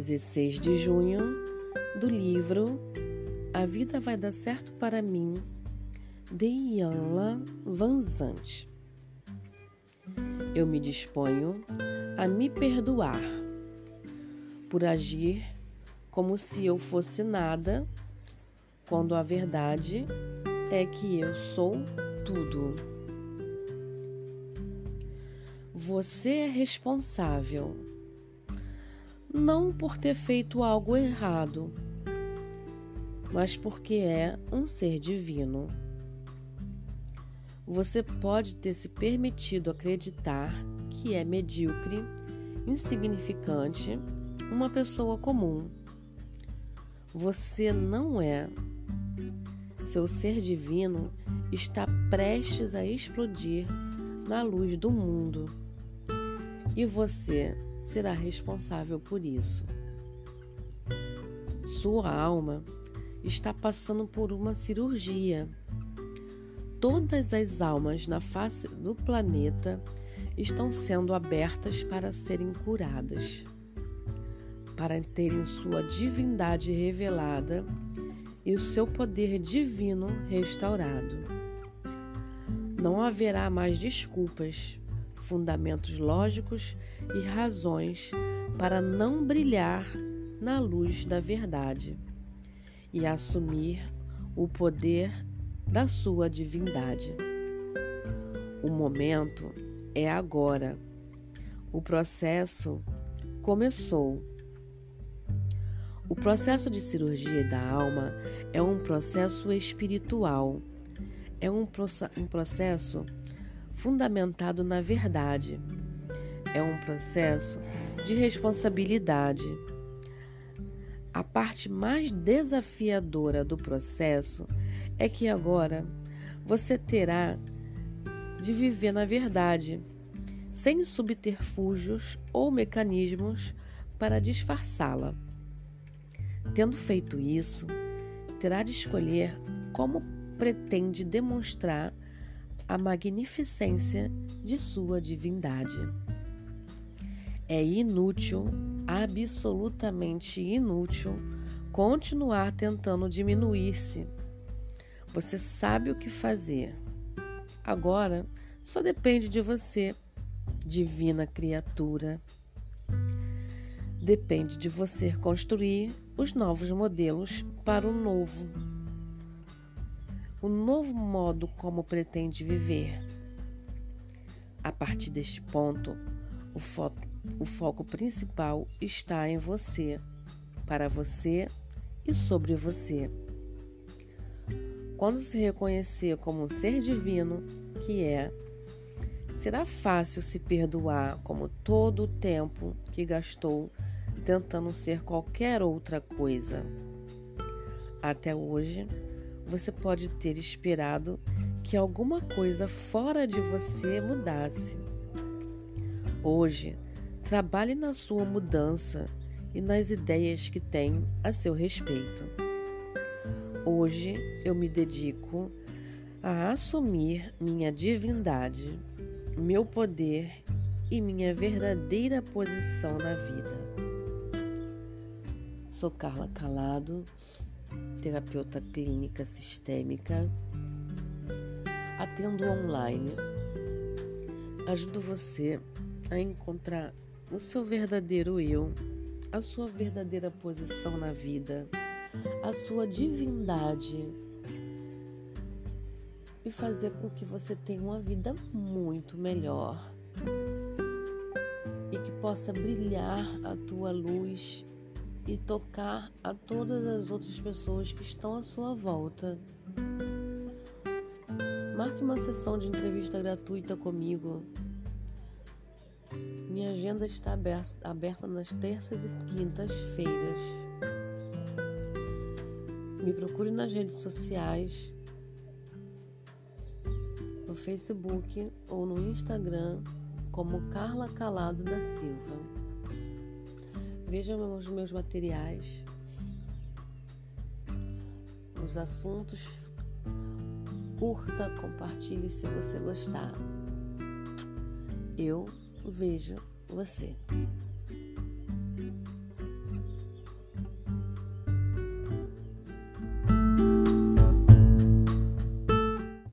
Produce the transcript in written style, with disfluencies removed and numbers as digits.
16 de junho, do livro A Vida Vai Dar Certo para Mim, de Iyanla Vanzant. Eu me disponho a me perdoar por agir como se eu fosse nada, quando a verdade é que eu sou tudo. Você é responsável, não por ter feito algo errado, mas porque é um ser divino. Você pode ter se permitido acreditar que é medíocre, insignificante, uma pessoa comum. Você não é. Seu ser divino está prestes a explodir na luz do mundo e você será responsável por isso. Sua alma está passando por uma cirurgia. Todas as almas na face do planeta estão sendo abertas para serem curadas, para terem sua divindade revelada e o seu poder divino restaurado. Não haverá mais desculpas, fundamentos lógicos e razões para não brilhar na luz da verdade e assumir o poder da sua divindade. O momento é agora. O processo começou. O processo de cirurgia da alma é um processo espiritual. É um processo fundamentado na verdade. É um processo de responsabilidade. A parte mais desafiadora do processo é que agora você terá de viver na verdade, sem subterfúgios ou mecanismos para disfarçá-la. Tendo feito isso, terá de escolher como pretende demonstrar a magnificência de sua divindade. É inútil, absolutamente inútil, continuar tentando diminuir-se. Você sabe o que fazer. Agora, só depende de você, divina criatura. Depende de você construir os novos modelos para o novo modo como pretende viver. A partir deste ponto, o foco principal está em você, para você e sobre você. Quando se reconhecer como um ser divino que é, será fácil se perdoar como todo o tempo que gastou tentando ser qualquer outra coisa. Até hoje, você pode ter esperado que alguma coisa fora de você mudasse. Hoje, trabalhe na sua mudança e nas ideias que tem a seu respeito. Hoje, eu me dedico a assumir minha divindade, meu poder e minha verdadeira posição na vida. Sou Carla Calado, terapeuta clínica sistêmica. Atendo online. Ajudo você a encontrar o seu verdadeiro eu, a sua verdadeira posição na vida, a sua divindade e fazer com que você tenha uma vida muito melhor e que possa brilhar a tua luz e tocar a todas as outras pessoas que estão à sua volta. Marque uma sessão de entrevista gratuita comigo. Minha agenda está aberta nas terças e quintas-feiras. Me procure nas redes sociais, no Facebook ou no Instagram como Carla Calado da Silva. Veja os meus materiais, os assuntos, curta, compartilhe se você gostar. Eu vejo você.